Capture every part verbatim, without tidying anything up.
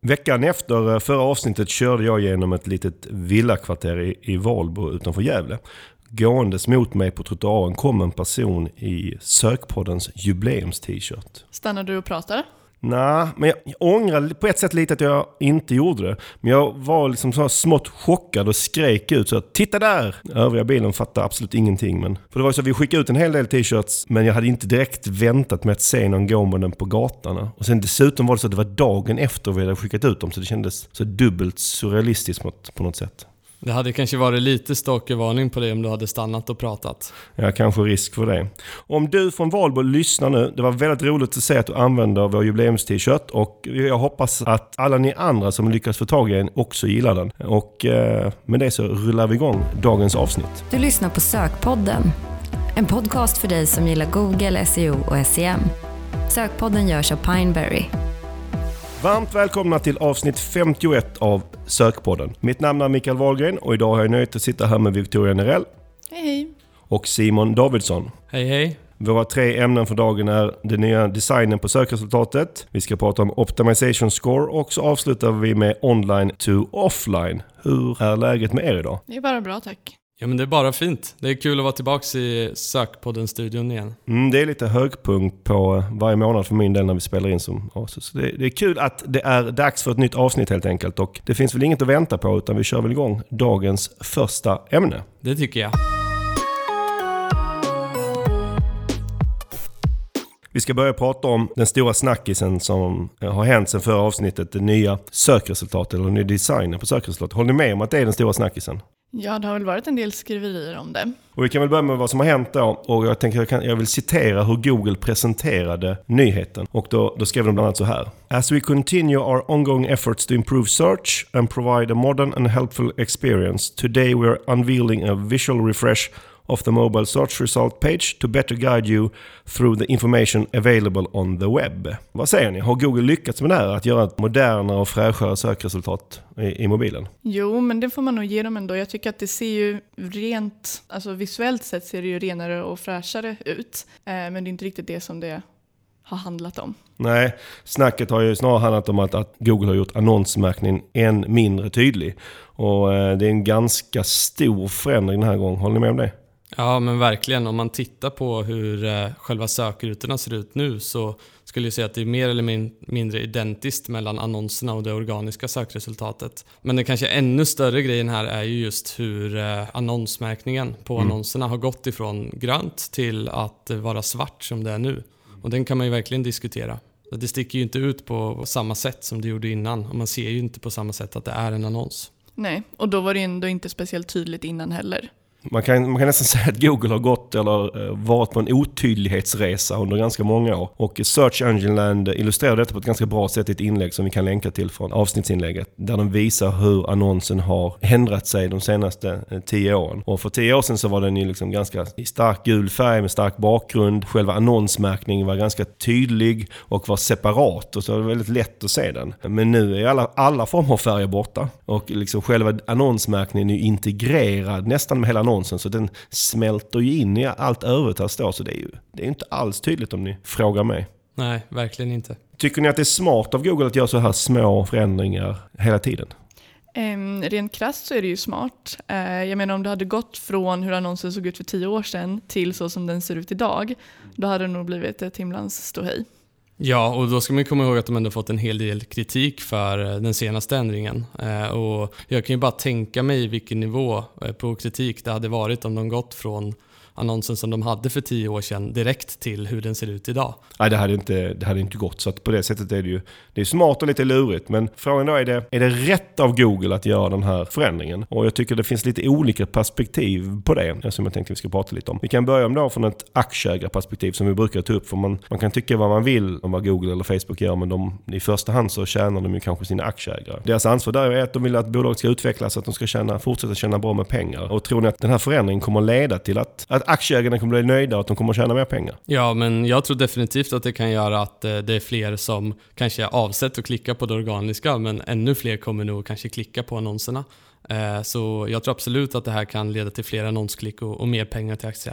Veckan efter förra avsnittet körde jag genom ett litet villakvarter i, i Valbo utanför Gävle. Gåendes mot mig på trottoaren kom en person i Sökpoddens jubileums-t-shirt. Stannade du och pratade? Nej, men jag, jag ångrar på ett sätt lite att jag inte gjorde det. Men jag var liksom så smått chockad och skrek ut så att titta där! Övriga bilen fattade absolut ingenting. Men, för det var så att vi skickade ut en hel del t-shirts, men jag hade inte direkt väntat med att se någon gå med den på gatan. Och sen dessutom var det så att det var dagen efter vi hade skickat ut dem, så det kändes så dubbelt surrealistiskt på något sätt. Det hade kanske varit lite stalkervarning på det om du hade stannat och pratat. Ja, kanske risk för det. Om du från Valbo lyssnar nu, det var väldigt roligt att se att du använder vår jubileums-t-shirt och jag hoppas att alla ni andra som lyckas få tag i den också gillar den. Och eh, med det så rullar vi igång dagens avsnitt. Du lyssnar på Sökpodden, en podcast för dig som gillar Google, S E O och S E M. Sökpodden görs av Pineberry. Varmt välkomna till avsnitt femtioett av Sökpodden. Mitt namn är Mikael Wahlgren och idag har jag nöjt att sitta här med Victoria Nerell. Hej hej. Och Simon Davidsson. Hej hej. Våra tre ämnen för dagen är den nya designen på sökresultatet. Vi ska prata om optimization score och så avslutar vi med online to offline. Hur är läget med er idag? Det är bara bra, tack. Ja, men det är bara fint. Det är kul att vara tillbaka i Sökpodden-studion igen. Mm, det är lite högpunkt på varje månad för min del när vi spelar in. Som, så det, det är kul att det är dags för ett nytt avsnitt helt enkelt. Och det finns väl inget att vänta på utan vi kör väl igång dagens första ämne. Det tycker jag. Vi ska börja prata om den stora snackisen som har hänt sedan förra avsnittet. Det nya sökresultatet eller den nya designen på sökresultatet. Håller ni med om att det är den stora snackisen? Ja, det har väl varit en del skriverier om det. Och vi kan väl börja med vad som har hänt då. Och jag tänker jag, kan, jag vill citera hur Google presenterade nyheten. Och då, då skrev de bland annat så här. As we continue our ongoing efforts to improve search and provide a modern and helpful experience, today we are unveiling a visual refresh of the mobile search result page to better guide you through the information available on the web. Vad säger ni? Har Google lyckats med det här att göra ett modernare och fräschare sökresultat i, i mobilen? Jo, men det får man nog ge dem ändå. Jag tycker att det ser ju rent, alltså visuellt sett ser det ju renare och fräschare ut. Eh, men det är inte riktigt det som det har handlat om. Nej, snacket har ju snarare handlat om att, att Google har gjort annonsmärkningen än mindre tydlig. Och eh, det är en ganska stor förändring den här gången. Håller ni med om det? Ja, men verkligen. Om man tittar på hur eh, själva sökrutorna ser ut nu så skulle jag säga att det är mer eller min- mindre identiskt mellan annonserna och det organiska sökresultatet. Men det kanske ännu större grejen här är ju just hur eh, annonsmärkningen på mm. annonserna har gått ifrån grönt till att eh, vara svart som det är nu. Och den kan man ju verkligen diskutera. Det sticker ju inte ut på samma sätt som det gjorde innan och man ser ju inte på samma sätt att det är en annons. Nej, och då var det ändå inte speciellt tydligt innan heller. Man kan, man kan nästan säga att Google har gått eller eh, varit på en otydlighetsresa under ganska många år. Och Search Engine Land illustrerar detta på ett ganska bra sätt i ett inlägg som vi kan länka till från avsnittsinlägget. Där de visar hur annonsen har ändrat sig de senaste eh, tio åren. Och för tio år sedan så var den ju liksom ganska i stark gul färg med stark bakgrund. Själva annonsmärkningen var ganska tydlig och var separat. Och så var det väldigt lätt att se den. Men nu är alla, alla former av färger borta. Och liksom själva annonsmärkningen är ju integrerad nästan med hela annonsen. Så den smälter ju in i allt övrigt här står. Så det är ju det är inte alls tydligt om ni frågar mig. Nej, verkligen inte. Tycker ni att det är smart av Google att göra så här små förändringar hela tiden? Um, rent krasst så är det ju smart. Uh, jag menar om det hade gått från hur annonsen såg ut för tio år sedan till så som den ser ut idag, då hade det nog blivit ett himlans ståhej. Ja, och då ska man komma ihåg att de ändå fått en hel del kritik för den senaste ändringen. Eh, och jag kan ju bara tänka mig vilken nivå på kritik det hade varit om de gått från annonsen som de hade för tio år sedan direkt till hur den ser ut idag. Nej, det hade inte, det hade inte gått. Så att på det sättet är det ju det är smart och lite lurigt. Men frågan då är det, är det rätt av Google att göra den här förändringen? Och jag tycker det finns lite olika perspektiv på det som jag tänkte vi ska prata lite om. Vi kan börja med då från ett aktieägarperspektiv som vi brukar ta upp. För man, man kan tycka vad man vill om vad Google eller Facebook gör, men de, i första hand så tjänar de ju kanske sina aktieägare. Deras ansvar där är att de vill att bolaget ska utvecklas, att de ska tjäna, fortsätta tjäna bra med pengar. Och tror ni att den här förändringen kommer att leda till att, att aktieägarna kommer bli nöjda och att de kommer att tjäna mer pengar? Ja, men jag tror definitivt att det kan göra att det är fler som kanske avsett att klicka på det organiska, men ännu fler kommer nog kanske klicka på annonserna. Så jag tror absolut att det här kan leda till fler annonsklick och, och mer pengar till aktieägarna.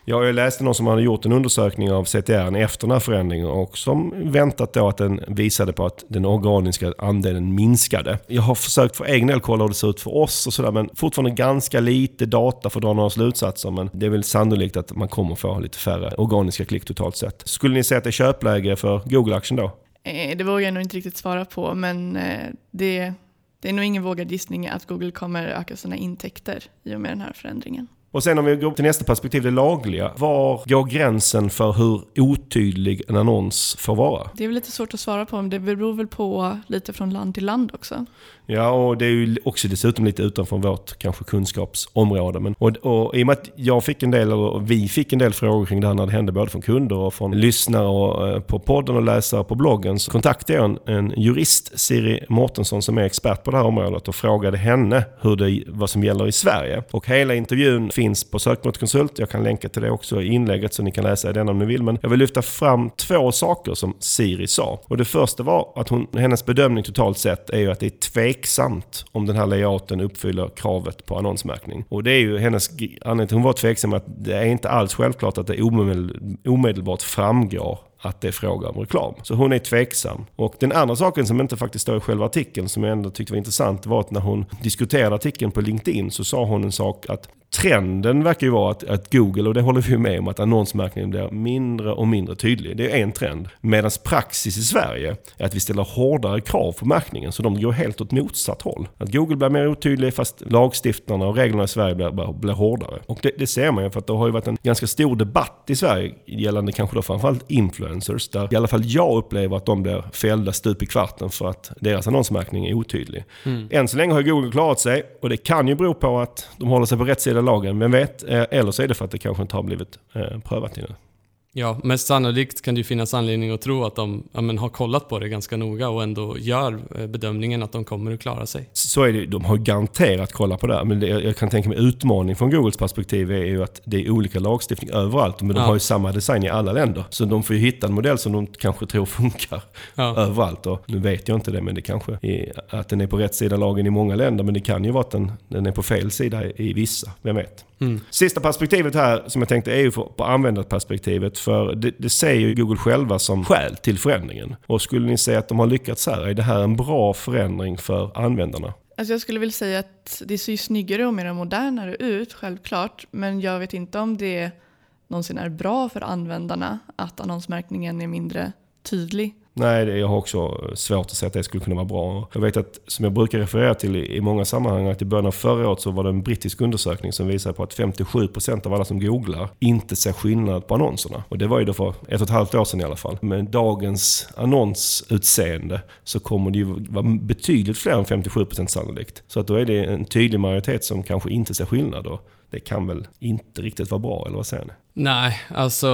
Jag läste någon som hade gjort en undersökning av C T R efter den här förändringen och som väntat då att den visade på att den organiska andelen minskade. Jag har försökt för egen del kolla hur det ser ut för oss och sådär, men fortfarande ganska lite data för att dra några slutsatser, men det är väl sannolikt att man kommer få lite färre organiska klick totalt sett. Skulle ni säga att det är köpläge för Google-aktien då? Det vågar jag nog inte riktigt svara på, men det, det är nog ingen vågad gissning att Google kommer öka sina intäkter i och med den här förändringen. Och sen om vi går till nästa perspektiv, det lagliga. Var går gränsen för hur otydlig en annons får vara? Det är väl lite svårt att svara på, men det beror väl på lite från land till land också. Ja, och det är ju också dessutom lite utanför vårt kanske kunskapsområde. Men, och, och i och med att jag fick en del, och vi fick en del frågor kring det här när det hände både från kunder och från lyssnare och, på podden och läsare på bloggen, så kontaktade jag en, en jurist, Siri Mårtensson, som är expert på det här området och frågade henne hur det, vad som gäller i Sverige. Och hela intervjun finns på Sökmotorkonsult. Jag kan länka till det också i inlägget så ni kan läsa den om ni vill. Men jag vill lyfta fram två saker som Siri sa. Och det första var att hon, hennes bedömning totalt sett är ju att det är tveksamt om den här layouten uppfyller kravet på annonsmärkning. Och det är ju hennes anledning till hon var tveksam att det är inte alls självklart att det omedel, omedelbart framgår att det är fråga om reklam. Så hon är tveksam. Och den andra saken som inte faktiskt står i själva artikeln som jag ändå tyckte var intressant var att när hon diskuterade artikeln på LinkedIn så sa hon en sak att trenden verkar ju vara att, att Google, och det håller vi med om, att annonsmärkningen blir mindre och mindre tydlig. Det är en trend. Medan praxis i Sverige är att vi ställer hårdare krav på märkningen så de går helt åt motsatt håll. Att Google blir mer otydlig fast lagstiftarna och reglerna i Sverige blir, blir hårdare. Och det, det ser man ju för att det har ju varit en ganska stor debatt i Sverige gällande kanske då framförallt influencers där i alla fall jag upplever att de blir fällda stup i kvarten för att deras annonsmärkning är otydlig. Mm. Än så länge har Google klarat sig och det kan ju bero på att de håller sig på rätt sida lagen, men vet, eller så är det för att det kanske inte har blivit eh, prövat innan. Ja, mest sannolikt kan det ju finnas anledning att tro att de ja, men, har kollat på det ganska noga och ändå gör bedömningen att de kommer att klara sig. Så är det, de har garanterat kollat på det, men det, jag kan tänka mig utmaning från Googles perspektiv är ju att det är olika lagstiftning överallt, men de ja. har ju samma design i alla länder. Så de får ju hitta en modell som de kanske tror funkar ja. överallt. Och nu vet jag inte det, men det kanske är att den är på rätt sida lagen i många länder, men det kan ju vara att den, den är på fel sida i vissa, vem vet. Mm. Sista perspektivet här som jag tänkte är ju på användarperspektivet, för det, det säger ju Google själva som skäl till förändringen. Och skulle ni säga att de har lyckats här, är det här en bra förändring för användarna? Alltså jag skulle vilja säga att det ser ju snyggare och mer modernare ut, självklart. Men jag vet inte om det någonsin är bra för användarna att annonsmärkningen är mindre tydlig. Nej, det, jag har också svårt att säga att det skulle kunna vara bra. Jag vet att, som jag brukar referera till i, i många sammanhang, att i början av förra året så var det en brittisk undersökning som visade på att femtiosju procent av alla som googlar inte ser skillnad på annonserna. Och det var ju då för ett och ett halvt år sedan i alla fall. Men dagens annonsutseende så kommer det ju vara betydligt fler än femtiosju procent sannolikt. Så att då är det en tydlig majoritet som kanske inte ser skillnad då. Det kan väl inte riktigt vara bra, eller vad säger ni? Nej, alltså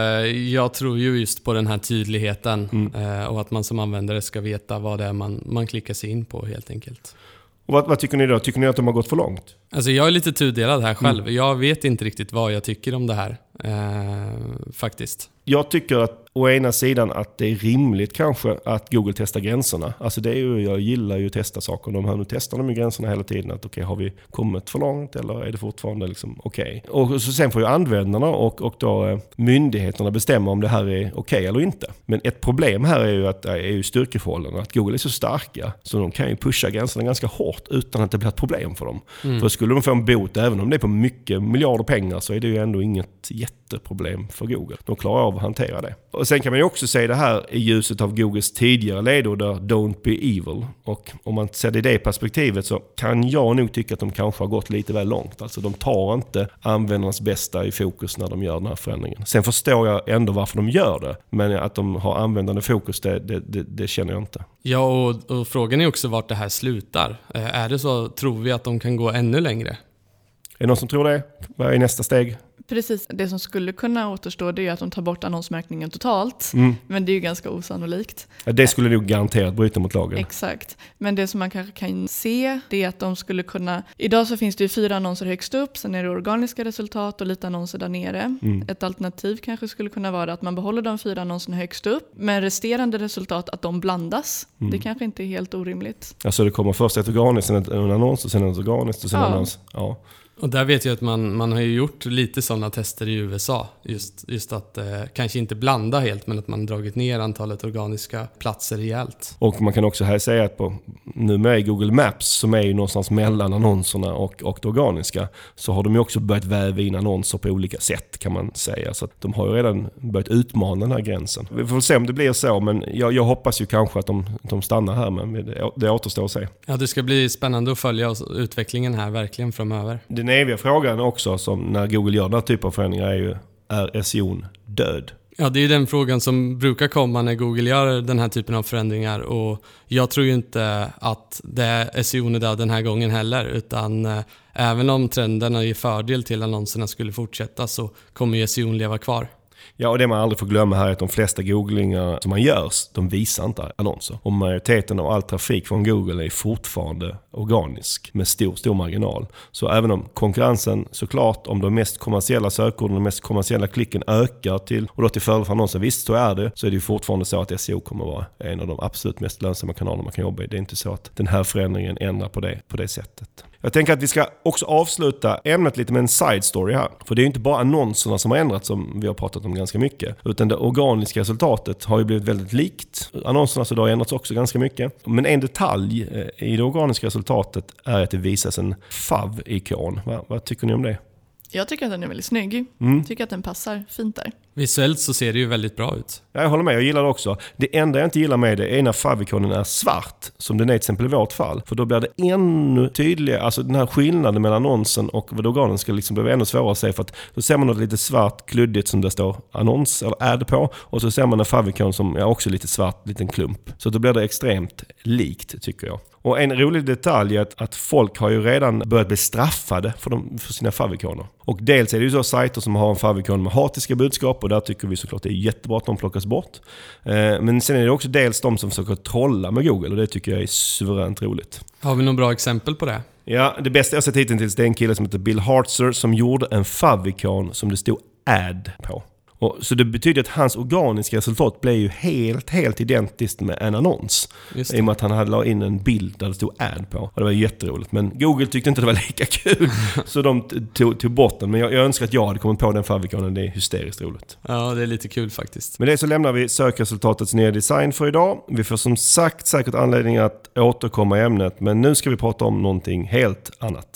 jag tror ju just på den här tydligheten mm. och att man som användare ska veta vad det är man, man klickar sig in på helt enkelt. Och vad, vad tycker ni då? Tycker ni att de har gått för långt? Alltså jag är lite tudelad här själv. Mm. Jag vet inte riktigt vad jag tycker om det här eh, faktiskt. Jag tycker att å ena sidan att det är rimligt kanske att Google testar gränserna. Alltså det är ju, jag gillar ju att testa saker. De här nu testar de ju gränserna hela tiden. Att okej, okay, har vi kommit för långt eller är det fortfarande liksom okej? Okay? Och så sen får ju användarna och, och då eh, myndigheterna bestämma om det här är okej okay eller inte. Men ett problem här är ju att det är ju styrkeförhållandena. Att Google är så starka så de kan ju pusha gränserna ganska hårt utan att det blir ett problem för dem. Mm. För skulle de få en bot, även om det är på mycket miljarder pengar, så är det ju ändå inget jätteproblem för Google. De klarar av att hantera det. Och sen kan man ju också säga det här i ljuset av Googles tidigare ledord Don't be evil. Och om man ser det i det perspektivet så kan jag nog tycka att de kanske har gått lite väl långt. Alltså de tar inte användarnas bästa i fokus när de gör den här förändringen. Sen förstår jag ändå varför de gör det. Men att de har användande fokus, det, det, det, det känner jag inte. Ja, och, och frågan är också vart det här slutar. Är det så, tror vi att de kan gå ännu längre? Är det någon som tror det? Vad är nästa steg? Precis, det som skulle kunna återstå det är att de tar bort annonsmärkningen totalt. Mm. Men det är ju ganska osannolikt. Ja, det skulle nog garanterat bryta mot lagen. Exakt. Men det som man kanske kan se det är att de skulle kunna... Idag så finns det ju fyra annonser högst upp. Sen är det organiska resultat och lite annonser där nere. Mm. Ett alternativ kanske skulle kunna vara att man behåller de fyra annonserna högst upp. Men resterande resultat att de blandas. Mm. Det kanske inte är helt orimligt. Alltså det kommer först ett organiskt, sen en annons och sen ett organiskt och sen ja. en annons. Ja. Och där vet jag att man, man har ju gjort lite sådana tester i U S A. Just, just att eh, kanske inte blanda helt, men att man dragit ner antalet organiska platser rejält. Och man kan också här säga att på, nu med Google Maps som är ju någonstans mellan annonserna och, och det organiska, så har de ju också börjat väva in annonser på olika sätt kan man säga. Så att de har ju redan börjat utmana den här gränsen. Vi får se om det blir så, men jag, jag hoppas ju kanske att de, de stannar här, men det, det återstår att se. Ja, det ska bli spännande att följa utvecklingen här verkligen framöver. Den eviga frågan också, som när Google gör den här typen av förändringar, är ju, är S E O död? Ja, det är ju den frågan som brukar komma när Google gör den här typen av förändringar, och jag tror ju inte att det är S E O är död den här gången heller, utan eh, även om trenderna ger fördel till annonserna skulle fortsätta, så kommer ju S E O leva kvar. Ja, och det man aldrig får glömma här är att de flesta googlingar som man gör, de visar inte annonser. Och majoriteten av all trafik från Google är fortfarande organisk med stor, stor marginal. Så även om konkurrensen såklart om de mest kommersiella sökorden, de mest kommersiella klicken ökar till, och då till fördel för annonser, visst så är det, så är det ju fortfarande så att S E O kommer vara en av de absolut mest lönsamma kanalerna man kan jobba i. Det är inte så att den här förändringen ändrar på det, på det sättet. Jag tänker att vi ska också avsluta ämnet lite med en side story här. För det är ju inte bara annonserna som har ändrats, som vi har pratat om ganska mycket, utan det organiska resultatet har ju blivit väldigt likt. Annonserna så då har ändrats också ganska mycket. Men en detalj i det organiska resultatet är att det visas en fav-ikon. Va, vad tycker ni om det? Jag tycker att den är väldigt snygg. Mm. Jag tycker att den passar fint där. Visuellt så ser det ju väldigt bra ut. Ja, jag håller med, jag gillar det också. Det enda jag inte gillar med det är när favikonen är svart, som den är till exempel i vårt fall. För då blir det ännu tydligare, alltså den här skillnaden mellan annonsen och vad organen ska liksom bli ännu svårare att se. För att då ser man något lite svart, kluddigt som det står annons eller ad på. Och så ser man en favikon som är också lite svart, liten klump. Så då blir det extremt likt, tycker jag. Och en rolig detalj är att, att folk har ju redan börjat bli straffade för, de, för sina favikoner. Och dels är det ju så sajter som har en favikon med hatiska budskap, och där tycker vi såklart det är jättebra att de plockas bort. Eh, men sen är det också dels de som försöker trolla med Google, och det tycker jag är suveränt roligt. Har vi några bra exempel på det? Ja, det bästa jag sett hittills det är en kille som heter Bill Hartzer som gjorde en favikon som det stod ad på. Och, så det betyder att hans organiska resultat blev ju helt, helt identiskt med en annons. I och med att han hade lagt in en bild där det stod ad på. Och det var jätteroligt. Men Google tyckte inte det var lika kul. Så de tog, tog bort den. Men jag, jag önskar att jag hade kommit på den favikonen. Det är hysteriskt roligt. Ja, det är lite kul faktiskt. Med det så lämnar vi sökresultatets nya design för idag. Vi får som sagt säkert anledning att återkomma i ämnet. Men nu ska vi prata om någonting helt annat.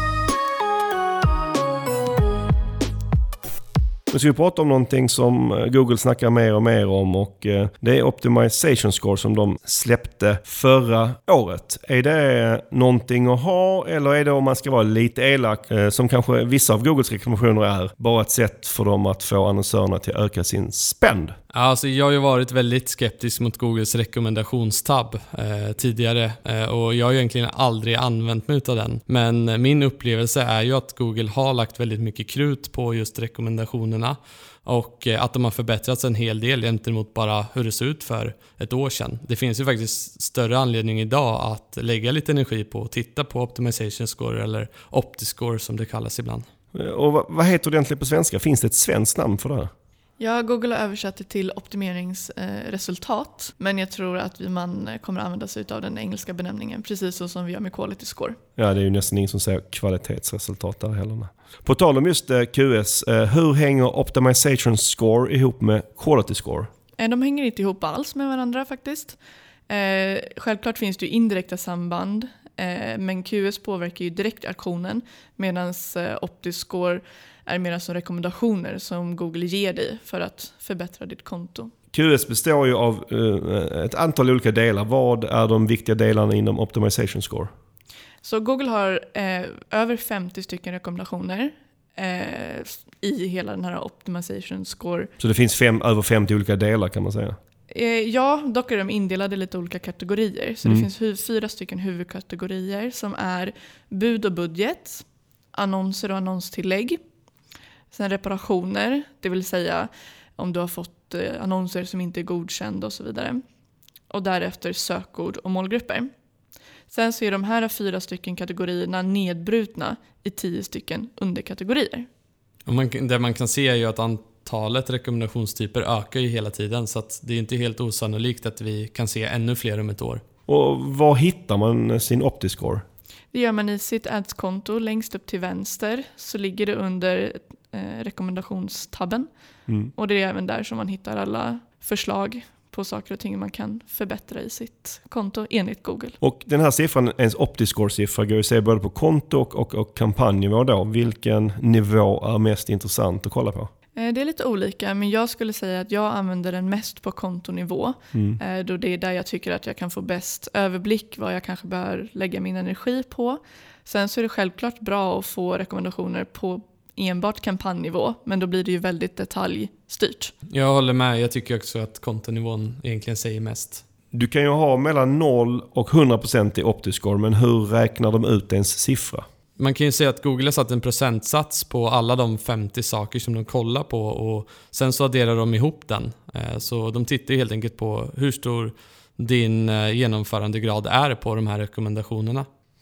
Nu ska vi prata om någonting som Google snackar mer och mer om, och det är Optimization Score som de släppte förra året. Är det någonting att ha, eller är det, om man ska vara lite elak, som kanske vissa av Googles rekommendationer är, bara ett sätt för dem att få annonsörerna till att öka sin spend? Alltså, jag har ju varit väldigt skeptisk mot Googles rekommendationstab eh, tidigare eh, och jag har ju egentligen aldrig använt mig av den. Men min upplevelse är ju att Google har lagt väldigt mycket krut på just rekommendationerna, och eh, att de har förbättrats en hel del gentemot bara hur det såg ut för ett år sedan. Det finns ju faktiskt större anledning idag att lägga lite energi på att titta på Optimization Score, eller OptiScore som det kallas ibland. Och vad, vad heter det egentligen på svenska? Finns det ett svenskt namn för det här? Ja, Google har översatt det till optimeringsresultat, men jag tror att vi man kommer att använda sig av den engelska benämningen, precis så som vi gör med Quality Score. Ja, det är ju nästan ingen som säger kvalitetsresultat där heller. På tal om just Q S, hur hänger Optimization Score ihop med Quality Score? De hänger inte ihop alls med varandra faktiskt. Självklart finns det ju indirekta samband, men Q S påverkar ju direkt aktionen, medan OptiScore är mer som rekommendationer som Google ger dig för att förbättra ditt konto. Q S består ju av uh, ett antal olika delar. Vad är de viktiga delarna inom Optimization Score? Så Google har eh, över femtio stycken rekommendationer eh, i hela den här Optimization Score. Så det finns fem, över femtio olika delar kan man säga? Eh, ja, dock är de indelade i lite olika kategorier. Så mm. det finns hu- fyra stycken huvudkategorier som är bud och budget, annonser och annonstillägg. Sen reparationer, det vill säga om du har fått eh, annonser som inte är godkända och så vidare. Och därefter sökord och målgrupper. Sen så är de här fyra stycken kategorierna nedbrutna i tio stycken underkategorier. Och man, det man kan se är ju att antalet rekommendationstyper ökar ju hela tiden, så att det är inte helt osannolikt att vi kan se ännu fler om ett år. Och var hittar man sin OptiScore? Det Det gör man i sitt ads-konto. Längst upp till vänster så ligger det under eh, rekommendationstabben. Mm. Och det är även där som man hittar alla förslag på saker och ting man kan förbättra i sitt konto enligt Google. Och den här siffran, ens Optiscore-siffra, går ju att se både på konto och, och, och kampanjnivå då. Vilken nivå är mest intressant att kolla på? Det är lite olika, men jag skulle säga att jag använder den mest på kontonivå. Mm. Då det är där jag tycker att jag kan få bäst överblick vad jag kanske bör lägga min energi på. Sen så är det självklart bra att få rekommendationer på enbart kampanjnivå, men då blir det ju väldigt detaljstyrt. Jag håller med, jag tycker också att kontonivån egentligen säger mest. Du kan ju ha mellan noll och hundra procent i Optiscore, men hur räknar de ut ens siffra? Man kan ju säga att Google har satt en procentsats på alla de femtio saker som de kollar på och sen så adderar de ihop den. Så de tittar helt enkelt på hur stor din genomförandegrad är på de här rekommendationerna.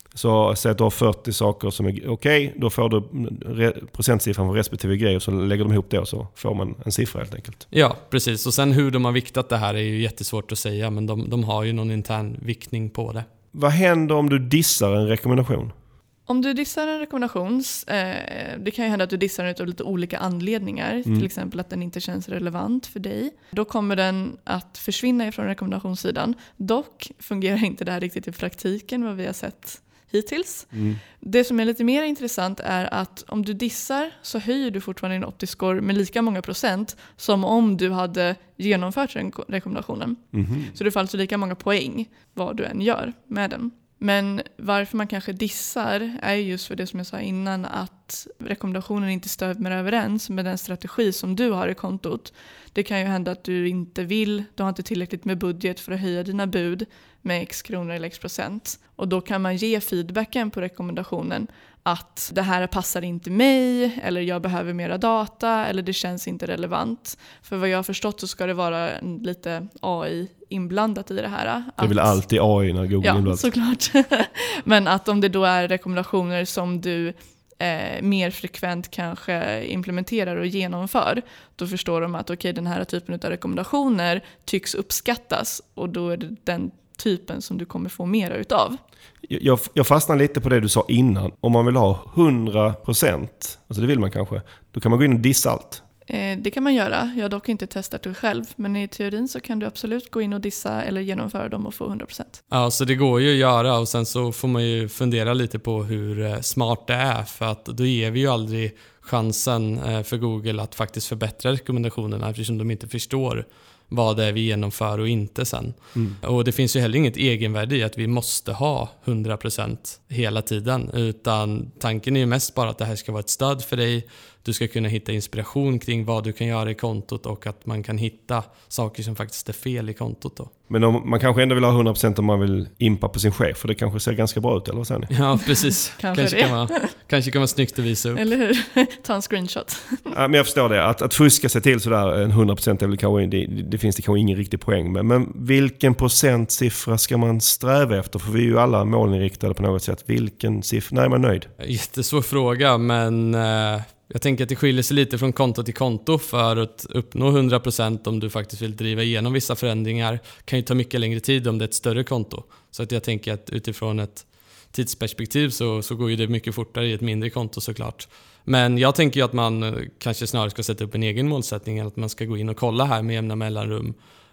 Så säg att du har fyrtio saker som är okej, okay, då får du re- procentsiffran för respektive grej och så lägger de ihop det och så får man en siffra helt enkelt. Ja, precis. Och sen hur de har viktat det här är ju jättesvårt att säga, men de, de har ju någon intern viktning på det. Vad händer om du dissar en rekommendation? Om du dissar en rekommendation, eh, det kan ju hända att du dissar den av lite olika anledningar. Mm. Till exempel att den inte känns relevant för dig. Då kommer den att försvinna ifrån rekommendationssidan. Dock fungerar inte det här riktigt i praktiken vad vi har sett hittills. Mm. Det som är lite mer intressant är att om du dissar så höjer du fortfarande din Optiscore med lika många procent som om du hade genomfört den rekommendationen. Mm. Så du får alltså lika många poäng vad du än gör med den. Men varför man kanske dissar är just för det som jag sa innan, att rekommendationen inte stämmer överens med den strategi som du har i kontot. Det kan ju hända att du inte vill, du har inte tillräckligt med budget för att höja dina bud med x kronor eller x procent. Och då kan man ge feedbacken på rekommendationen att det här passar inte mig, eller jag behöver mera data, eller det känns inte relevant. För vad jag har förstått så ska det vara en lite A I inblandat i det här. Det är väl alltid A I när Google ja, inblandat. Såklart. Men att om det då är rekommendationer som du eh, mer frekvent kanske implementerar och genomför, då förstår de att okej, den här typen av rekommendationer tycks uppskattas, och då är det den typen som du kommer få mera utav. Jag, jag fastnar lite på det du sa innan. Om man vill ha hundra procent, alltså det vill man kanske, då kan man gå in och dissa allt. Eh, det kan man göra. Jag har dock inte testat det själv. Men i teorin så kan du absolut gå in och dissa eller genomföra dem och få hundra procent. Ja, så det går ju att göra, och sen så får man ju fundera lite på hur smart det är. För att då ger vi ju aldrig chansen för Google att faktiskt förbättra rekommendationerna, eftersom de inte förstår vad det är vi genomför och inte sen. Mm. Och det finns ju heller inget egenvärde i att vi måste ha hundra procent hela tiden. Utan tanken är ju mest bara att det här ska vara ett stöd för dig. Du ska kunna hitta inspiration kring vad du kan göra i kontot, och att man kan hitta saker som faktiskt är fel i kontot då. Men om, man kanske ändå vill ha hundra procent om man vill impa på sin chef, för det kanske ser ganska bra ut, eller vad säger ni? Ja, precis. kanske, kanske, kan vara, kanske kan vara snyggt att visa upp. Eller hur? Ta en screenshot. Ja, men jag förstår det. Att, att fuska sig till sådär en hundra procent är väl kanske, det, det finns det kanske ingen riktig poäng med. Men vilken procentsiffra ska man sträva efter? För vi är ju alla målinriktade på något sätt. Vilken siffra? Nej, man är nöjd. Jättesvår fråga, men Eh... jag tänker att det skiljer sig lite från konto till konto. För att uppnå hundra procent om du faktiskt vill driva igenom vissa förändringar kan ju ta mycket längre tid om det är ett större konto. Så att jag tänker att utifrån ett tidsperspektiv så, så går ju det mycket fortare i ett mindre konto såklart. Men jag tänker ju att man kanske snarare ska sätta upp en egen målsättning, än att man ska gå in och kolla här med jämna mellanrum.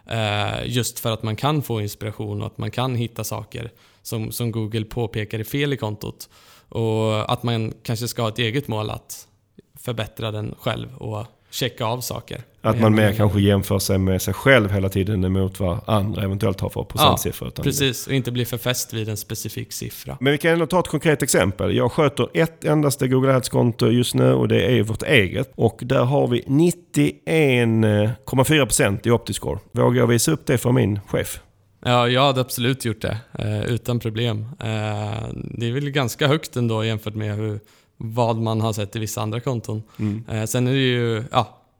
Eh, just för att man kan få inspiration och att man kan hitta saker som, som Google påpekar är fel i kontot. Och att man kanske ska ha ett eget mål att förbättra den själv och checka av saker. Att man mer kanske jämför sig med sig själv hela tiden emot vad andra eventuellt har för procentsiffror. Ja, precis. Och inte bli för fäst vid en specifik siffra. Men vi kan ändå ta ett konkret exempel. Jag sköter ett endaste Google Ads-konto just nu, och det är vårt eget. Och där har vi nittioen komma fyra procent i Optiscore. Vågar jag visa upp det för min chef? Ja, jag hade absolut gjort det. Eh, utan problem. Eh, det är väl ganska högt ändå jämfört med hur vad man har sett i vissa andra konton. Mm. Eh, sen är det ju, ja,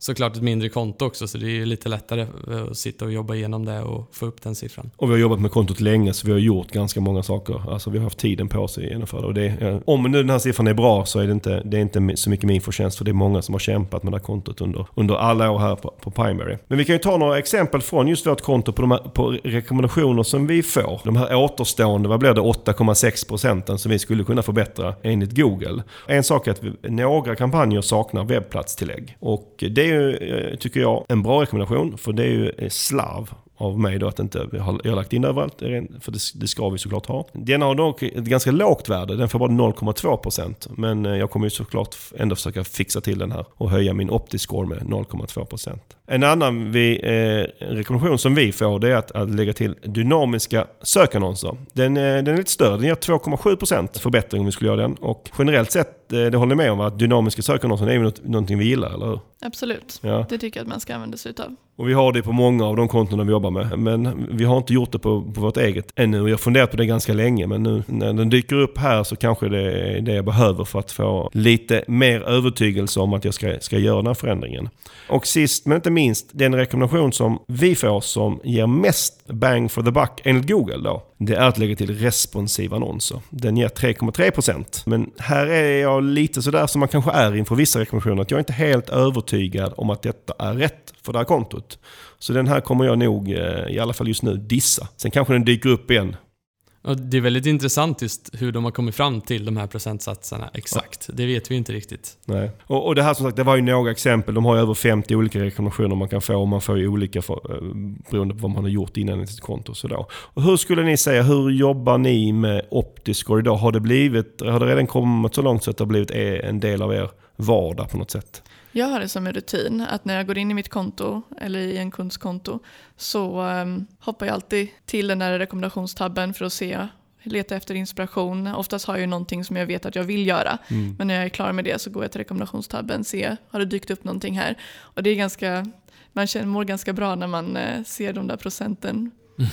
såklart ett mindre konto också, så det är ju lite lättare att sitta och jobba igenom det och få upp den siffran. Och vi har jobbat med kontot länge, så vi har gjort ganska många saker. Alltså vi har haft tiden på sig att genomföra. Och det, om nu den här siffran är bra så är det inte, det är inte så mycket min förtjänst, för det är många som har kämpat med det här kontot under, under alla år här på, på Pineberry. Men vi kan ju ta några exempel från just vårt konto på, de här, på rekommendationer som vi får. De här återstående, vad blir det, åtta komma sex procenten som vi skulle kunna förbättra enligt Google. En sak är att vi, några kampanjer saknar webbplatstillägg. Och det är ju, tycker jag, en bra rekommendation, för det är ju slarv av mig då att inte jag har, jag har lagt in överallt, för det, det ska vi såklart ha. Den har dock ett ganska lågt värde, den får bara noll komma två procent, men jag kommer ju såklart ändå försöka fixa till den här och höja min OptiScore med noll komma två procent. En annan vi, eh, rekommendation som vi får, det är att, att lägga till dynamiska sökannonser. Den, eh, den är lite större, den ger två komma sju procent förbättring om vi skulle göra den, och generellt sett, eh, det håller med om att dynamiska sökannonser är ju något, någonting vi gillar, eller hur? Absolut, ja. Det tycker jag att man ska använda sig utav. Och vi har det på många av de kontona vi jobbar med, men vi har inte gjort det på, på vårt eget ännu. Jag har funderat på det ganska länge, men nu när den dyker upp här så kanske det är det jag behöver för att få lite mer övertygelse om att jag ska, ska göra den här förändringen. Och sist men inte minst, den rekommendation som vi får som ger mest bang for the buck enligt Google då, det är att lägga till responsiva annonser. Den ger tre komma tre procent. Men här är jag lite sådär som man kanske är inför vissa rekommendationer, att jag är inte helt övertygad om att detta är rätt för det här kontot. Så den här kommer jag nog, i alla fall just nu, dissa. Sen kanske den dyker upp igen. Och det är väldigt intressant just hur de har kommit fram till de här procentsatserna exakt. Ja. Det vet vi inte riktigt. Nej. Och, och det här som sagt, det var ju några exempel. De har ju över femtio olika rekommendationer man kan få, och man får ju olika för, beroende på vad man har gjort innan i sitt konto. Så då. Och hur skulle ni säga, hur jobbar ni med OptiScore idag? Har det, blivit, har det redan kommit så långt så att det har blivit en del av er vardag på något sätt? Jag har det som en rutin att när jag går in i mitt konto eller i en kundskonto så um, hoppar jag alltid till den där rekommendationstabben för att se, leta efter inspiration. Oftast har jag ju någonting som jag vet att jag vill göra. Mm. Men när jag är klar med det så går jag till rekommendationstabben, se, har det dykt upp någonting här? Och det är ganska, man känner, mår ganska bra när man uh, ser de där procenten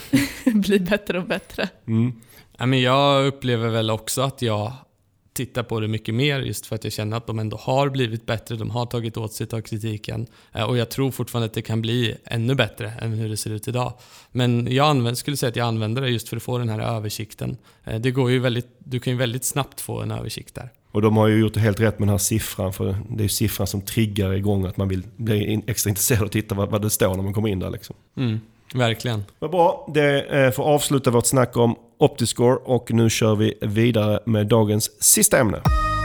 mm. bli bättre och bättre. Mm. Ja, men jag upplever väl också att jag titta på det mycket mer, just för att jag känner att de ändå har blivit bättre, de har tagit åt sig av kritiken, och jag tror fortfarande att det kan bli ännu bättre än hur det ser ut idag. Men jag använder, skulle säga att jag använder det just för att få den här översikten. Det går ju väldigt, du kan ju väldigt snabbt få en översikt där. Och de har ju gjort det helt rätt med den här siffran, för det är ju siffran som triggar igång att man vill bli extra intresserad och titta vad, vad det står när man kommer in där liksom. Mm, verkligen. Vad bra, det får avsluta vårt snack om OptiScore, och nu kör vi vidare med dagens sista ämne.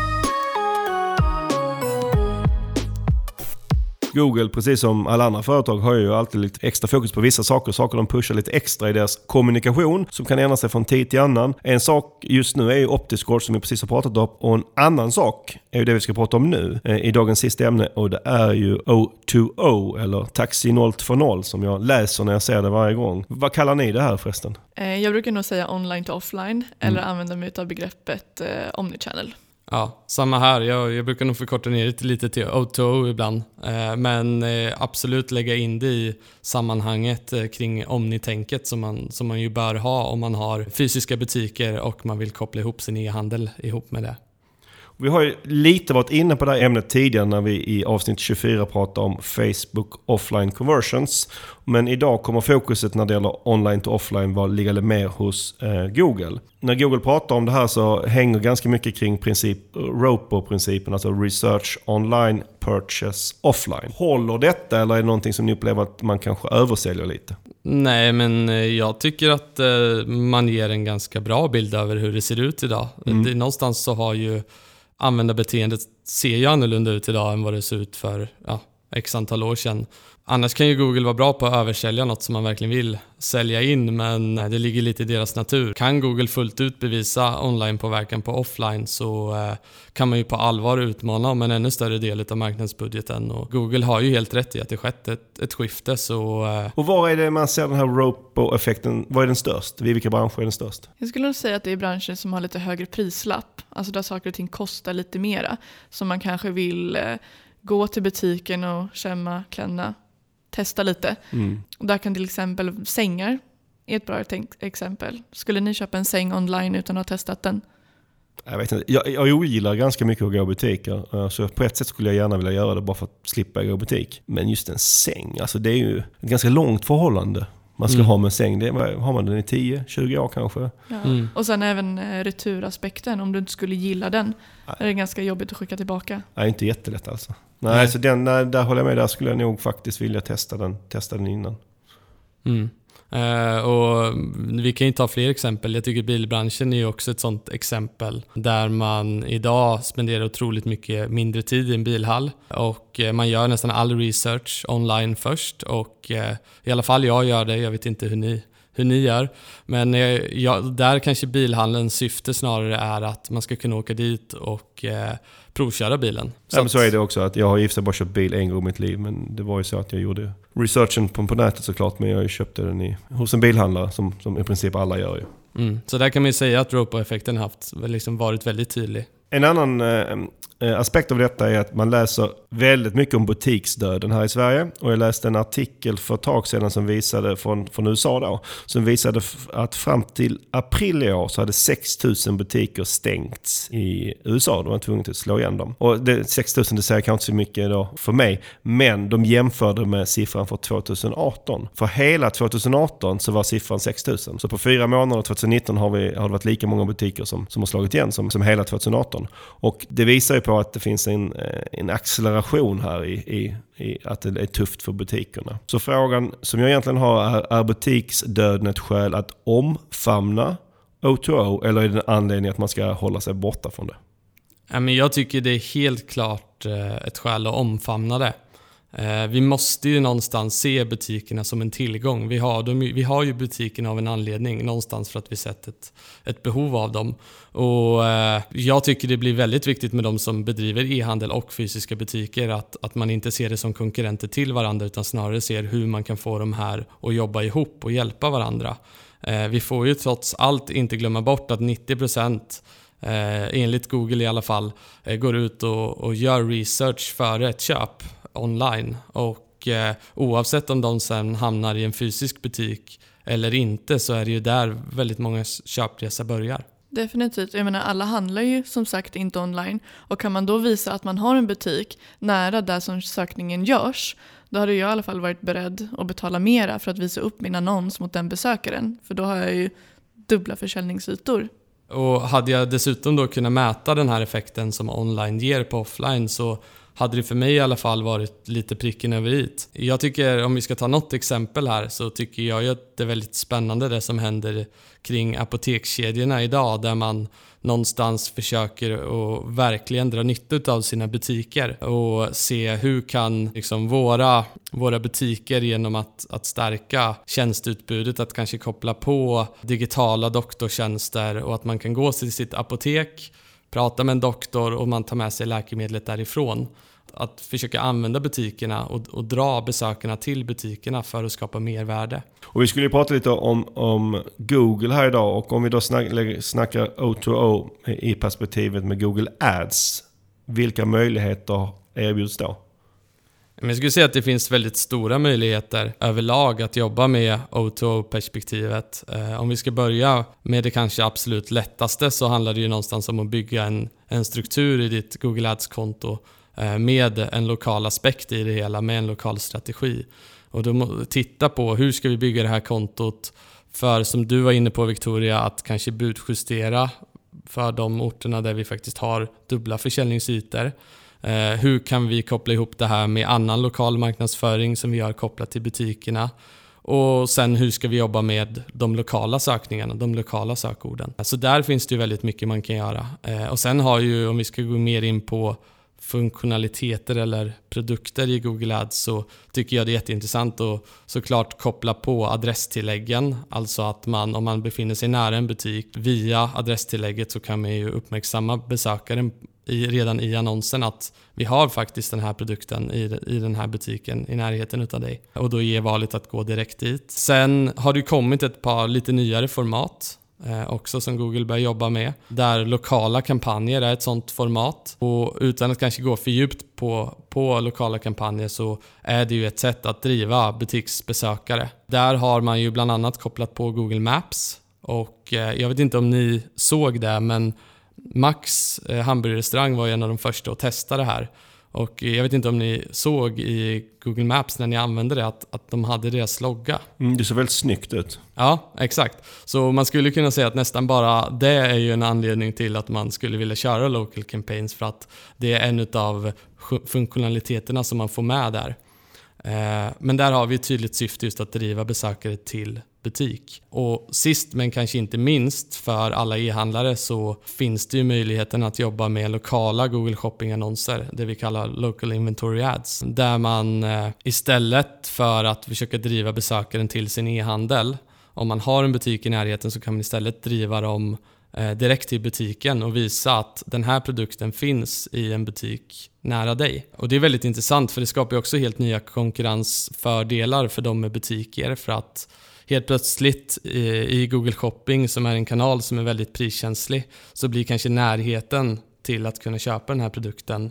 Google, precis som alla andra företag, har ju alltid lite extra fokus på vissa saker. Saker de pushar lite extra i deras kommunikation som kan ändra sig från tid till annan. En sak just nu är ju OptiScore som vi precis har pratat om. Och en annan sak är ju det vi ska prata om nu i dagens sista ämne. Och det är ju O två O eller Taxi noll två noll som jag läser när jag ser det varje gång. Vad kallar ni det här förresten? Jag brukar nog säga online to offline mm. eller använda mig av begreppet eh, omnichannel. Ja, samma här. Jag, jag brukar nog förkorta ner det lite till O två O ibland. Eh, men eh, absolut lägga in det i sammanhanget eh, kring omnitänket som man, som man ju bör ha om man har fysiska butiker och man vill koppla ihop sin e-handel ihop med det. Vi har ju lite varit inne på det här ämnet tidigare när vi i avsnitt tjugofyra pratade om Facebook offline conversions. Men idag kommer fokuset när det gäller online to offline vara ligga mer hos eh, Google. När Google pratar om det här så hänger ganska mycket kring princip, R O P O-principen, alltså Research Online Purchase Offline. Håller detta, eller är det någonting som ni upplever att man kanske översäljer lite? Nej, men jag tycker att eh, man ger en ganska bra bild över hur det ser ut idag. Mm. Det, någonstans så har ju användarbeteendet ser ju annorlunda ut idag än vad det ser ut för ja, x antal år sedan. Annars kan ju Google vara bra på att översälja något som man verkligen vill sälja in, men det ligger lite i deras natur. Kan Google fullt ut bevisa online-påverkan på offline så eh, kan man ju på allvar utmana om en ännu större del av marknadsbudgeten. Och Google har ju helt rätt i att det skett ett, ett skifte. Så, eh... Och var är det man ser den här R O P O-effekten? Vad är den störst? Vid vilka branscher är den störst? Jag skulle nog säga att det är branscher som har lite högre prislapp. Alltså där saker och ting kostar lite mera. Så man kanske vill eh, gå till butiken och känna, känna testa lite. Mm. Och där kan till exempel sängar är ett bra tänk- exempel. Skulle ni köpa en säng online utan att ha testat den? Jag vet inte. Jag, jag ogillar ganska mycket att gå i butiker. Så på ett sätt skulle jag gärna vilja göra det bara för att slippa gå i butik. Men just en säng, alltså det är ju ett ganska långt förhållande man ska mm. ha med en säng. Det är, har man den i tio tjugo år kanske. Ja. Mm. Och sen även returaspekten, om du inte skulle gilla den. Nej. Är det ganska jobbigt att skicka tillbaka. Nej, inte jättelätt alltså. Nej, Nej. Så den, där, där håller jag med. Där skulle jag nog faktiskt vilja testa den, testa den innan. Mm. Uh, och vi kan ju ta fler exempel. Jag tycker bilbranschen är ju också ett sånt exempel där man idag spenderar otroligt mycket mindre tid i en bilhall och uh, man gör nästan all research online först och uh, i alla fall jag gör det. Jag vet inte hur ni hur ni gör. Men eh, ja, där kanske bilhandlens syfte snarare är att man ska kunna åka dit och eh, provköra bilen. Så, ja, men så är det också. Att jag har i och för sig bara köpt bil en gång i mitt liv, men det var ju så att jag gjorde researchen på, på nätet såklart, men jag köpte den i, hos en bilhandlare som, som i princip alla gör ju. Mm. Så där kan man ju säga att Ropo-effekten har haft, liksom varit väldigt tydlig. En annan eh, aspekt av detta är att man läser väldigt mycket om butiksdöden här i Sverige. Och jag läste en artikel för ett tag sedan som visade från, från U S A då, som visade att fram till april i år så hade sex tusen butiker stängts i U S A. De var tvungna att slå igen dem. Och det, sex tusen, det säger kanske inte så mycket då för mig, men de jämförde med siffran för tjugoarton. För hela tjugoarton så var siffran sex tusen. Så på fyra månader tjugonitton har, vi, har det varit lika många butiker som, som har slagit igen som, som hela tjugoarton. Och det visar ju på att det finns en, en acceleration här i, i, i att det är tufft för butikerna. Så frågan som jag egentligen har är, är butiksdöden ett skäl att omfamna O två O eller är det en anledning att man ska hålla sig borta från det? Ja, men jag tycker det är helt klart ett skäl att omfamna det. Vi måste ju någonstans se butikerna som en tillgång. Vi har, de, vi har ju butikerna av en anledning, någonstans för att vi sett ett, ett behov av dem. Och eh, jag tycker det blir väldigt viktigt med de som bedriver e-handel och fysiska butiker att, att man inte ser det som konkurrenter till varandra utan snarare ser hur man kan få de här att jobba ihop och hjälpa varandra. Eh, vi får ju trots allt inte glömma bort att nittio procent eh, enligt Google i alla fall eh, går ut och, och gör research före ett köp online och eh, oavsett om de sen hamnar i en fysisk butik eller inte så är det ju där väldigt många köpresa börjar. Definitivt. Jag menar, alla handlar ju som sagt inte online och kan man då visa att man har en butik nära där som sökningen görs, då hade jag i alla fall varit beredd att betala mera för att visa upp min annons mot den besökaren, för då har jag ju dubbla försäljningsytor. Och hade jag dessutom då kunnat mäta den här effekten som online ger på offline så hade det för mig i alla fall varit lite pricken över it. Jag tycker, om vi ska ta något exempel här, så tycker jag ju att det är väldigt spännande det som händer kring apotekskedjorna idag, där man någonstans försöker att verkligen dra nytta av sina butiker och se hur kan liksom våra, våra butiker genom att, att stärka tjänsteutbudet, att kanske koppla på digitala doktortjänster och att man kan gå till sitt apotek, prata med en doktor och man tar med sig läkemedlet därifrån. Att försöka använda butikerna och, och dra besökarna till butikerna för att skapa mer värde. Och vi skulle ju prata lite om, om Google här idag, och om vi då snack, snackar O två O i perspektivet med Google Ads, vilka möjligheter erbjuds då? Jag skulle säga att det finns väldigt stora möjligheter överlag att jobba med O två O-perspektivet. Eh, om vi ska börja med det kanske absolut lättaste så handlar det ju någonstans om att bygga en, en struktur i ditt Google Ads-konto eh, med en lokal aspekt i det hela, med en lokal strategi. Och då må, titta på hur ska vi bygga det här kontot för, som du var inne på Victoria, att kanske budjustera för de orterna där vi faktiskt har dubbla försäljningsytor. Eh, hur kan vi koppla ihop det här med annan lokal marknadsföring som vi har kopplat till butikerna? Och sen hur ska vi jobba med de lokala sökningarna, de lokala sökorden? Så där finns det ju väldigt mycket man kan göra. Eh, och sen har ju, om vi ska gå mer in på funktionaliteter eller produkter i Google Ads, så tycker jag det är jätteintressant att såklart koppla på adresstilläggen. Alltså att man, om man befinner sig nära en butik, via adresstillägget så kan man ju uppmärksamma besökaren i, redan i annonsen att vi har faktiskt den här produkten i, i den här butiken i närheten utav dig. Och då ger valet att gå direkt dit. Sen har det kommit ett par lite nyare format Eh, också som Google börjar jobba med, där lokala kampanjer är ett sånt format. Och utan att kanske gå för djupt på, på lokala kampanjer så är det ju ett sätt att driva butiksbesökare. Där har man ju bland annat kopplat på Google Maps och eh, jag vet inte om ni såg det, men Max eh, hamburgerrestaurang var en av de första att testa det här. Och jag vet inte om ni såg i Google Maps när ni använde det att, att de hade deras logga. Mm, det ser väldigt snyggt ut. Ja, exakt. Så man skulle kunna säga att nästan bara det är ju en anledning till att man skulle vilja köra local campaigns, för att det är en av funktionaliteterna som man får med där. Eh, men där har vi ett tydligt syfte just att driva besökare till butik. Och sist men kanske inte minst för alla e-handlare så finns det ju möjligheten att jobba med lokala Google Shopping-annonser, det vi kallar Local Inventory Ads, där man eh, istället för att försöka driva besökaren till sin e-handel, om man har en butik i närheten så kan man istället driva dem eh, direkt till butiken och visa att den här produkten finns i en butik nära dig. Och det är väldigt intressant, för det skapar också helt nya konkurrensfördelar för de med butiker, för att helt plötsligt i Google Shopping, som är en kanal som är väldigt priskänslig, så blir kanske närheten till att kunna köpa den här produkten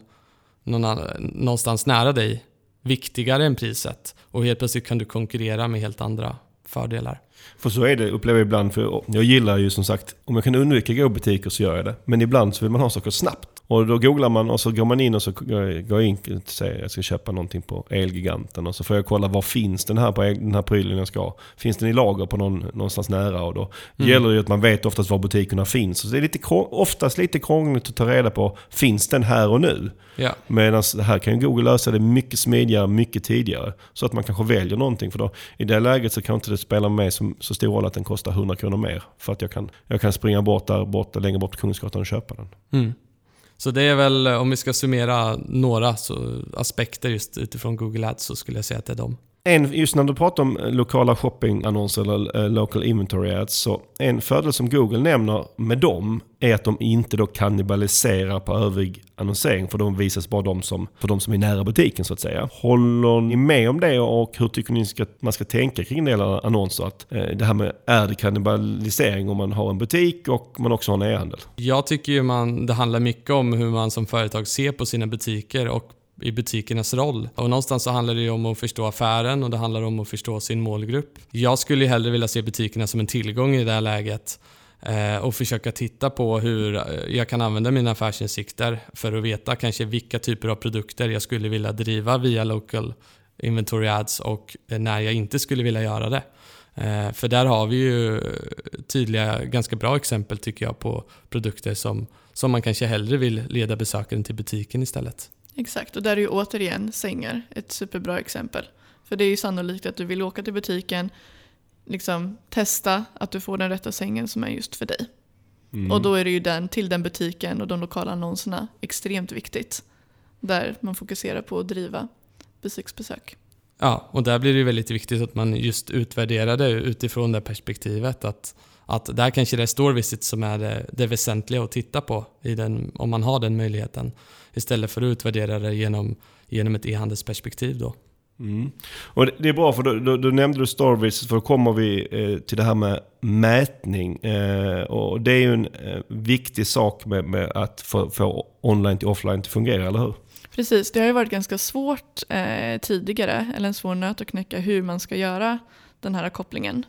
någonstans nära dig viktigare än priset. Och helt plötsligt kan du konkurrera med helt andra fördelar. För så är det, upplever jag ibland, för jag gillar ju som sagt, om jag kan undvika att gå i butiker så gör jag det. Men ibland så vill man ha saker snabbt. Och då googlar man och så går man in och så går jag in och säger jag ska köpa någonting på Elgiganten, och så får jag kolla var finns den här, på den här prylen jag ska ha. Finns den i lager på någon, någonstans nära, och då mm. gäller det ju att man vet oftast var butikerna finns. Så det är lite, oftast lite krångligt att ta reda på, finns den här och nu? Ja. Medan det här kan ju Google lösa det mycket smidigare, mycket tidigare, så att man kanske väljer någonting, för då i det läget så kan inte det spela med som, så stor roll att den kostar hundra kronor mer, för att jag kan, jag kan springa bort där borta, längre bort på Kungsgatan och köpa den. Mm. Så det är väl, om vi ska summera några så aspekter just utifrån Google Ads, så skulle jag säga att det är dem. En, just när du pratar om lokala shoppingannonser eller uh, local inventory ads, så en fördel som Google nämner med dem är att de inte då kannibaliserar på övrig annonsering, för de visas bara de som, för de som är nära butiken så att säga. Håller ni med om det, och hur tycker ni att man ska tänka kring det eller annonser? Att, eh, det här med, är det kannibalisering om man har en butik och man också har en e-handel? Jag tycker ju man, det handlar mycket om hur man som företag ser på sina butiker och i butikernas roll. Och någonstans så handlar det ju om att förstå affären, och det handlar om att förstå sin målgrupp. Jag skulle ju hellre vilja se butikerna som en tillgång i det här läget eh, och försöka titta på hur jag kan använda mina affärsinsikter för att veta kanske vilka typer av produkter jag skulle vilja driva via local inventory ads och när jag inte skulle vilja göra det. Eh, för där har vi ju tydliga, ganska bra exempel tycker jag på produkter som, som man kanske hellre vill leda besökaren till butiken istället. Exakt, och där är ju återigen sängar ett superbra exempel. För det är ju sannolikt att du vill åka till butiken, liksom testa att du får den rätta sängen som är just för dig. Mm. Och då är det ju den till den butiken och de lokala annonserna extremt viktigt. Där man fokuserar på att driva butiksbesök. Ja, och där blir det ju väldigt viktigt att man just utvärderar det utifrån det perspektivet att Att där kanske det är store visit som är det, det väsentliga att titta på i den, om man har den möjligheten. Istället för att utvärdera det genom, genom ett e-handelsperspektiv då. Mm. Och det är bra, för då, då, då nämnde du store visit, för då kommer vi eh, till det här med mätning. Eh, och det är ju en eh, viktig sak med, med att få, få online till offline att fungera, eller hur? Precis, det har ju varit ganska svårt eh, tidigare, eller en svår nöt att knäcka hur man ska göra den här kopplingen.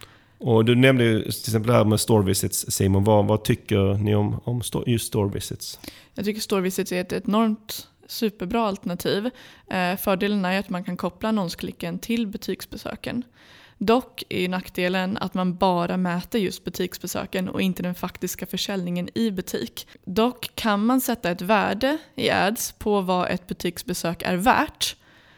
Och du nämnde ju till exempel det här med store visits, Simon. Vad, vad tycker ni om, om just store visits? Jag tycker store visits är ett enormt superbra alternativ. Eh, fördelen är att man kan koppla annonsklicken till butiksbesöken. Dock är nackdelen att man bara mäter just butiksbesöken och inte den faktiska försäljningen i butik. Dock kan man sätta ett värde i ads på vad ett butiksbesök är värt.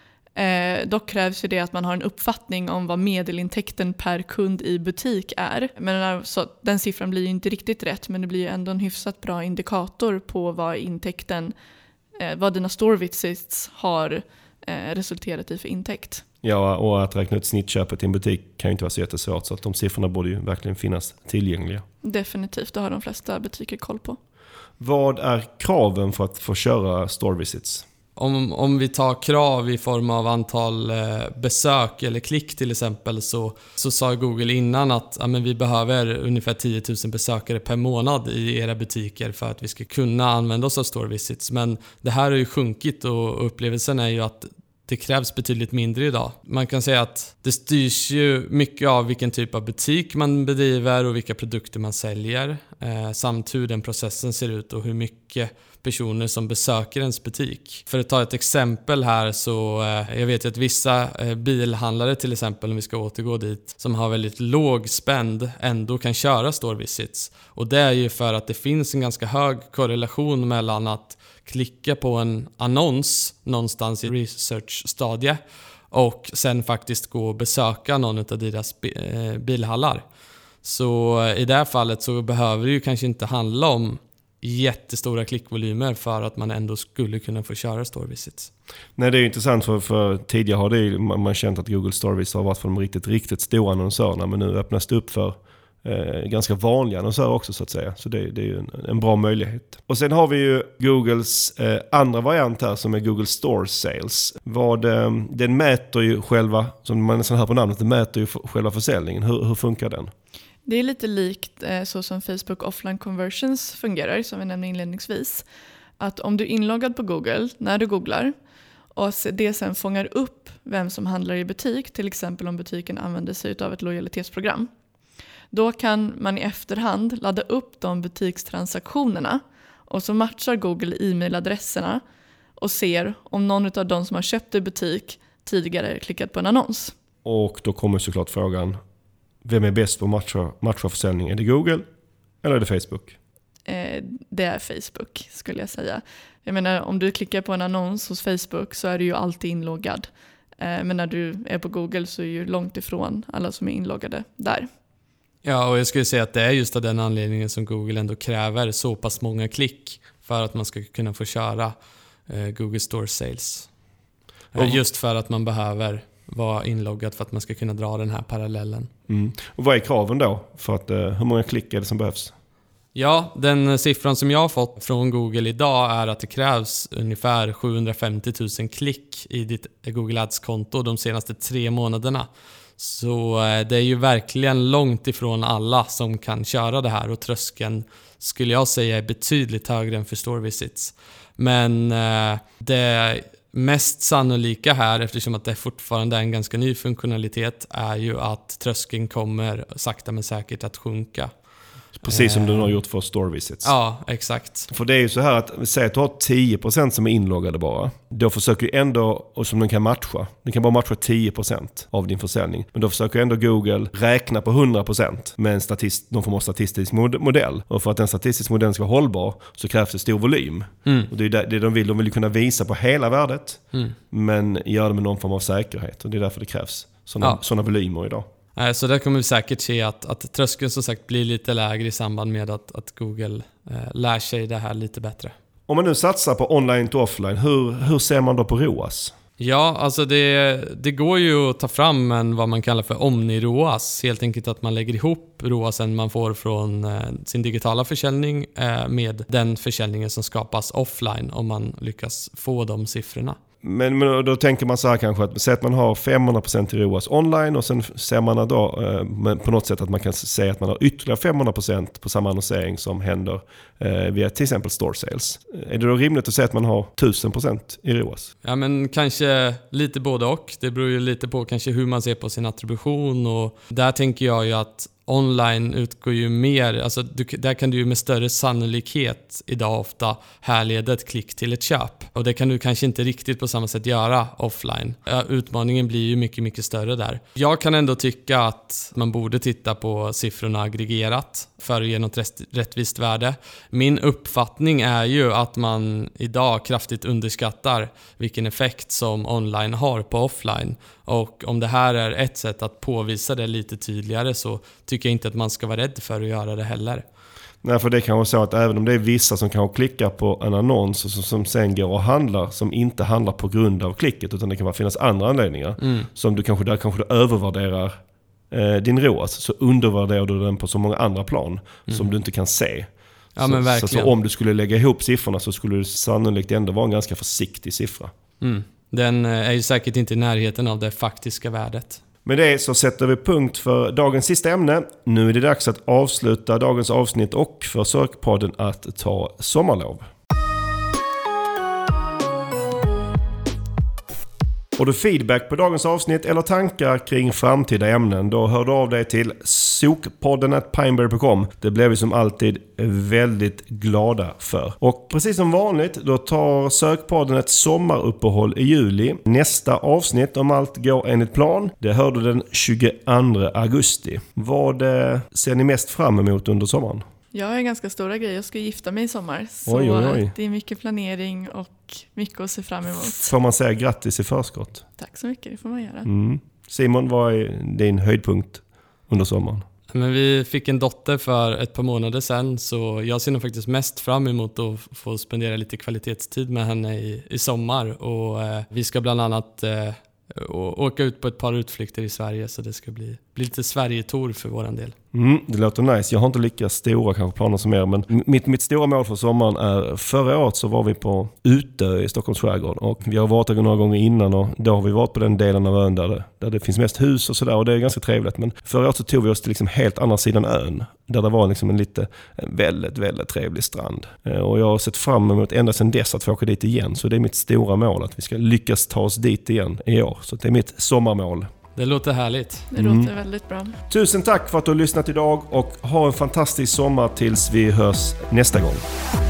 Eh, dock krävs ju det att man har en uppfattning om vad medelintäkten per kund i butik är. Men alltså, den siffran blir ju inte riktigt rätt, men det blir ju ändå en hyfsat bra indikator på vad intäkten, eh, vad dina store visits har eh, resulterat i för intäkt. Ja, och att räkna ut snittköpet i en butik kan ju inte vara så jättesvårt, så att de siffrorna borde ju verkligen finnas tillgängliga. Definitivt, det har de flesta butiker koll på. Vad är kraven för att få köra store visits? Om, om vi tar krav i form av antal eh, besök eller klick till exempel, så, så sa Google innan att ja, men vi behöver ungefär tio tusen besökare per månad i era butiker för att vi ska kunna använda oss av store visits. Men det här har ju sjunkit, och upplevelsen är ju att det krävs betydligt mindre idag. Man kan säga att det styrs ju mycket av vilken typ av butik man bedriver och vilka produkter man säljer. eh, samt hur den processen ser ut och hur mycket personer som besöker ens butik. För att ta ett exempel här så eh, jag vet ju att vissa eh, bilhandlare till exempel, om vi ska återgå dit, som har väldigt låg spend ändå kan köra store visits. Och det är ju för att det finns en ganska hög korrelation mellan att klicka på en annons någonstans i research-stadie och sen faktiskt gå och besöka någon av deras bilhallar. Så i det här fallet så behöver det ju kanske inte handla om jättestora klickvolymer för att man ändå skulle kunna få köra store visits. Nej, det är ju intressant för, för tidigare har det ju, man, man känt att Google Store Visits har varit för de riktigt, riktigt stora annonsörerna, men nu öppnas det upp för Eh, ganska vanliga annonsörer också så att säga. Så det, det är ju en, en bra möjlighet. Och sen har vi ju Googles eh, andra variant här som är Google Store Sales. Vad, eh, den mäter ju själva, som man nästan hör på namnet, den mäter ju själva försäljningen. Hur, hur funkar den? Det är lite likt eh, så som Facebook Offline Conversions fungerar, som vi nämnde inledningsvis. Att om du är inloggad på Google när du googlar och det sen fångar upp vem som handlar i butik, till exempel om butiken använder sig av ett lojalitetsprogram, då kan man i efterhand ladda upp de butikstransaktionerna och så matchar Google e-mailadresserna och ser om någon av de som har köpt i butik tidigare klickat på en annons. Och då kommer såklart frågan, vem är bäst på matcha, matcha försäljning? Är det Google eller är det Facebook? Eh, det är Facebook skulle jag säga. Jag menar, om du klickar på en annons hos Facebook så är du ju alltid inloggad. Eh, men när du är på Google så är ju långt ifrån alla som är inloggade där. Ja, och jag skulle säga att det är just av den anledningen som Google ändå kräver så pass många klick för att man ska kunna få köra eh, Google Store Sales. Eh, just för att man behöver vara inloggad för att man ska kunna dra den här parallellen. Mm. Och vad är kraven då? För att, eh, hur många klick är det som behövs? Ja, den siffran som jag har fått från Google idag är att det krävs ungefär sjuhundrafemtio tusen klick i ditt Google Ads-konto de senaste tre månaderna. Så det är ju verkligen långt ifrån alla som kan köra det här och tröskeln skulle jag säga är betydligt högre än för store visits. Men eh, det mest sannolika här, eftersom att det fortfarande är en ganska ny funktionalitet, är ju att tröskeln kommer sakta men säkert att sjunka. Precis som du har gjort för store visits. Ja, exakt. För det är ju så här att, säg att du har tio procent som är inloggade bara. Då försöker du ändå, och som den kan matcha, den kan bara matcha tio procent av din försäljning. Men då försöker ändå Google räkna på hundra procent med en statist, någon form av statistisk modell. Och för att den statistiska modellen ska vara hållbar så krävs det stor volym. Mm. Och det är det de vill. De vill kunna visa på hela värdet, mm. men göra det med någon form av säkerhet. Och det är därför det krävs sådana, ja. sådana volymer idag. Så där kommer vi säkert se att, att tröskeln som sagt blir lite lägre i samband med att, att Google eh, lär sig det här lite bättre. Om man nu satsar på online to offline, hur, hur ser man då på R O A S? Ja, alltså det, det går ju att ta fram en vad man kallar för omni-R O A S. Helt enkelt att man lägger ihop R O A Sen man får från eh, sin digitala försäljning eh, med den försäljningen som skapas offline om man lyckas få de siffrorna. Men, men då tänker man så här kanske att, säg att man har femhundra procent i R O A S online och sen ser man då eh, på något sätt att man kan säga att man har ytterligare femhundra procent på samma annonsering som händer eh, via till exempel store sales. Är det då rimligt att säga att man har tusen procent i R O A S? Ja, men kanske lite både och. Det beror ju lite på kanske hur man ser på sin attribution, och där tänker jag ju att online utgår ju mer, alltså du, där kan du ju med större sannolikhet idag ofta härleda ett klick till ett köp. Och det kan du kanske inte riktigt på samma sätt göra offline. Utmaningen blir ju mycket, mycket större där. Jag kan ändå tycka att man borde titta på siffrorna aggregerat för att ge något rättvist värde. Min uppfattning är ju att man idag kraftigt underskattar vilken effekt som online har på offline. Och om det här är ett sätt att påvisa det lite tydligare så tycker jag inte att man ska vara rädd för att göra det heller. Nej, för det kan vara så att även om det är vissa som kan klicka på en annons och som, som sen går och handlar som inte handlar på grund av klicket, utan det kan finnas andra anledningar mm. som du kanske, där kanske du övervärderar eh, din R O A S, så undervärderar du den på så många andra plan mm. som du inte kan se. Ja, så, men verkligen. Så, så om du skulle lägga ihop siffrorna så skulle det sannolikt ändå vara en ganska försiktig siffra. Mm. Den är ju säkert inte i närheten av det faktiska värdet. Med det så sätter vi punkt för dagens sista ämne. Nu är det dags att avsluta dagens avsnitt och för Sökpodden att ta sommarlov. Har du feedback på dagens avsnitt eller tankar kring framtida ämnen, då hör du av dig till sokpodden at pineberry punkt com. Det blir vi som alltid väldigt glada för. Och precis som vanligt, då tar Sökpodden ett sommaruppehåll i juli. Nästa avsnitt, om allt går enligt plan, det hör du den tjugoandra augusti. Vad ser ni mest fram emot under sommaren? Jag har ganska stora grejer. Jag ska gifta mig i sommar. Så oj, oj, oj. det är mycket planering och mycket att se fram emot. Får man säga grattis i förskott? Tack så mycket, det får man göra. Mm. Simon, vad är din höjdpunkt under sommaren? Men vi fick en dotter för ett par månader sedan, så jag ser nog faktiskt mest fram emot att få spendera lite kvalitetstid med henne i, i sommar. Och eh, vi ska bland annat eh, åka ut på ett par utflykter i Sverige, så det ska bli, bli lite Sverige-tour för våran del. Mm, det låter nice. Jag har inte lika stora kanske planer som er, men mitt, mitt stora mål för sommaren är, förra året så var vi på Utö i Stockholms skärgård och vi har varit där några gånger innan och då har vi varit på den delen av ön där det, där det finns mest hus och sådär och det är ganska trevligt. Men förra året så tog vi oss till liksom helt andra sidan ön där det var liksom en lite en väldigt, väldigt trevlig strand. Och jag har sett fram emot ända sedan dess att få åka dit igen, så det är mitt stora mål att vi ska lyckas ta oss dit igen i år. Så det är mitt sommarmål. Det låter härligt. Det låter mm. väldigt bra. Tusen tack för att du har lyssnat idag och ha en fantastisk sommar tills vi hörs nästa gång.